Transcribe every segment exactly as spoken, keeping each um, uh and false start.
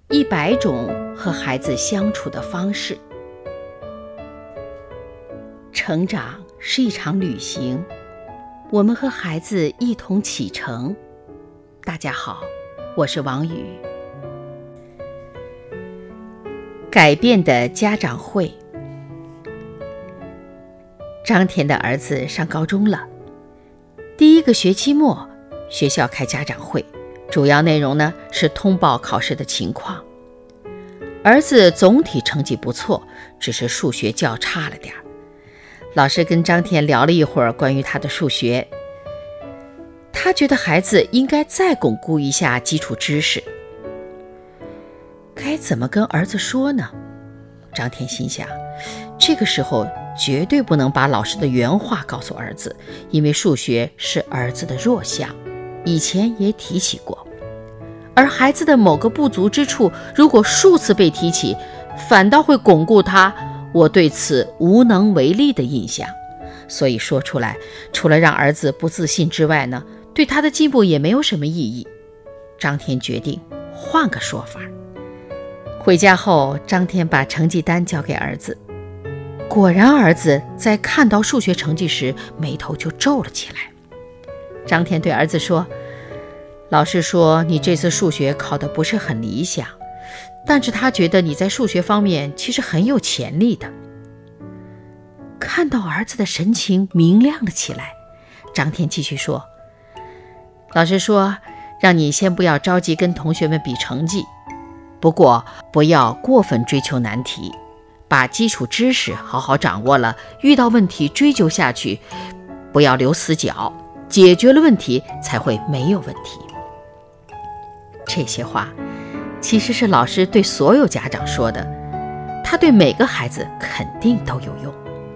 一百种和孩子相处的方式。成长是一场旅行，我们和孩子一同启程。大家好，我是王宇。改变的家长会。张甜的儿子上高中了，第一个学期末，学校开家长会，主要内容呢是通报考试的情况。儿子总体成绩不错，只是数学较差了点儿。老师跟张甜聊了一会儿关于他的数学，他觉得孩子应该再巩固一下基础知识。该怎么跟儿子说呢？张甜心想，这个时候绝对不能把老师的原话告诉儿子，因为数学是儿子的弱项，以前也提起过。而孩子的某个不足之处，如果数次被提起，反倒会巩固他我对此无能为力的印象。所以说出来，除了让儿子不自信之外呢，对他的进步也没有什么意义。张甜决定换个说法。回家后，张甜把成绩单交给儿子，果然儿子在看到数学成绩时眉头就皱了起来。张甜对儿子说，老师说你这次数学考得不是很理想，但是他觉得你在数学方面其实很有潜力的。看到儿子的神情明亮了起来，张甜继续说，老师说让你先不要着急跟同学们比成绩，不过不要过分追求难题，把基础知识好好掌握了，遇到问题追究下去，不要留死角，解决了问题才会没有问题。这些话其实是老师对所有家长说的，他对每个孩子肯定都有用。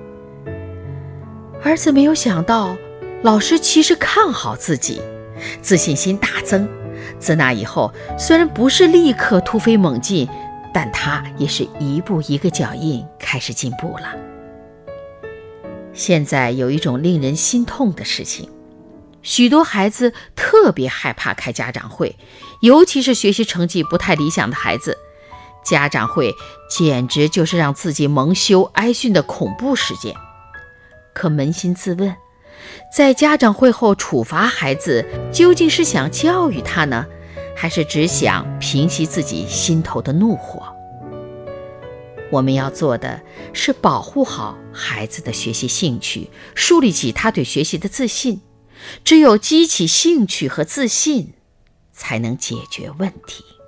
儿子没有想到，老师其实看好自己，自信心大增。自那以后，虽然不是立刻突飞猛进，但他也是一步一个脚印开始进步了。现在有一种令人心痛的事情，许多孩子特别害怕开家长会，尤其是学习成绩不太理想的孩子。家长会简直就是让自己蒙羞挨训的恐怖事件。可扪心自问，在家长会后处罚孩子，究竟是想教育他呢，还是只想平息自己心头的怒火？我们要做的是保护好孩子的学习兴趣，树立起他对学习的自信。只有激起兴趣和自信，才能解决问题。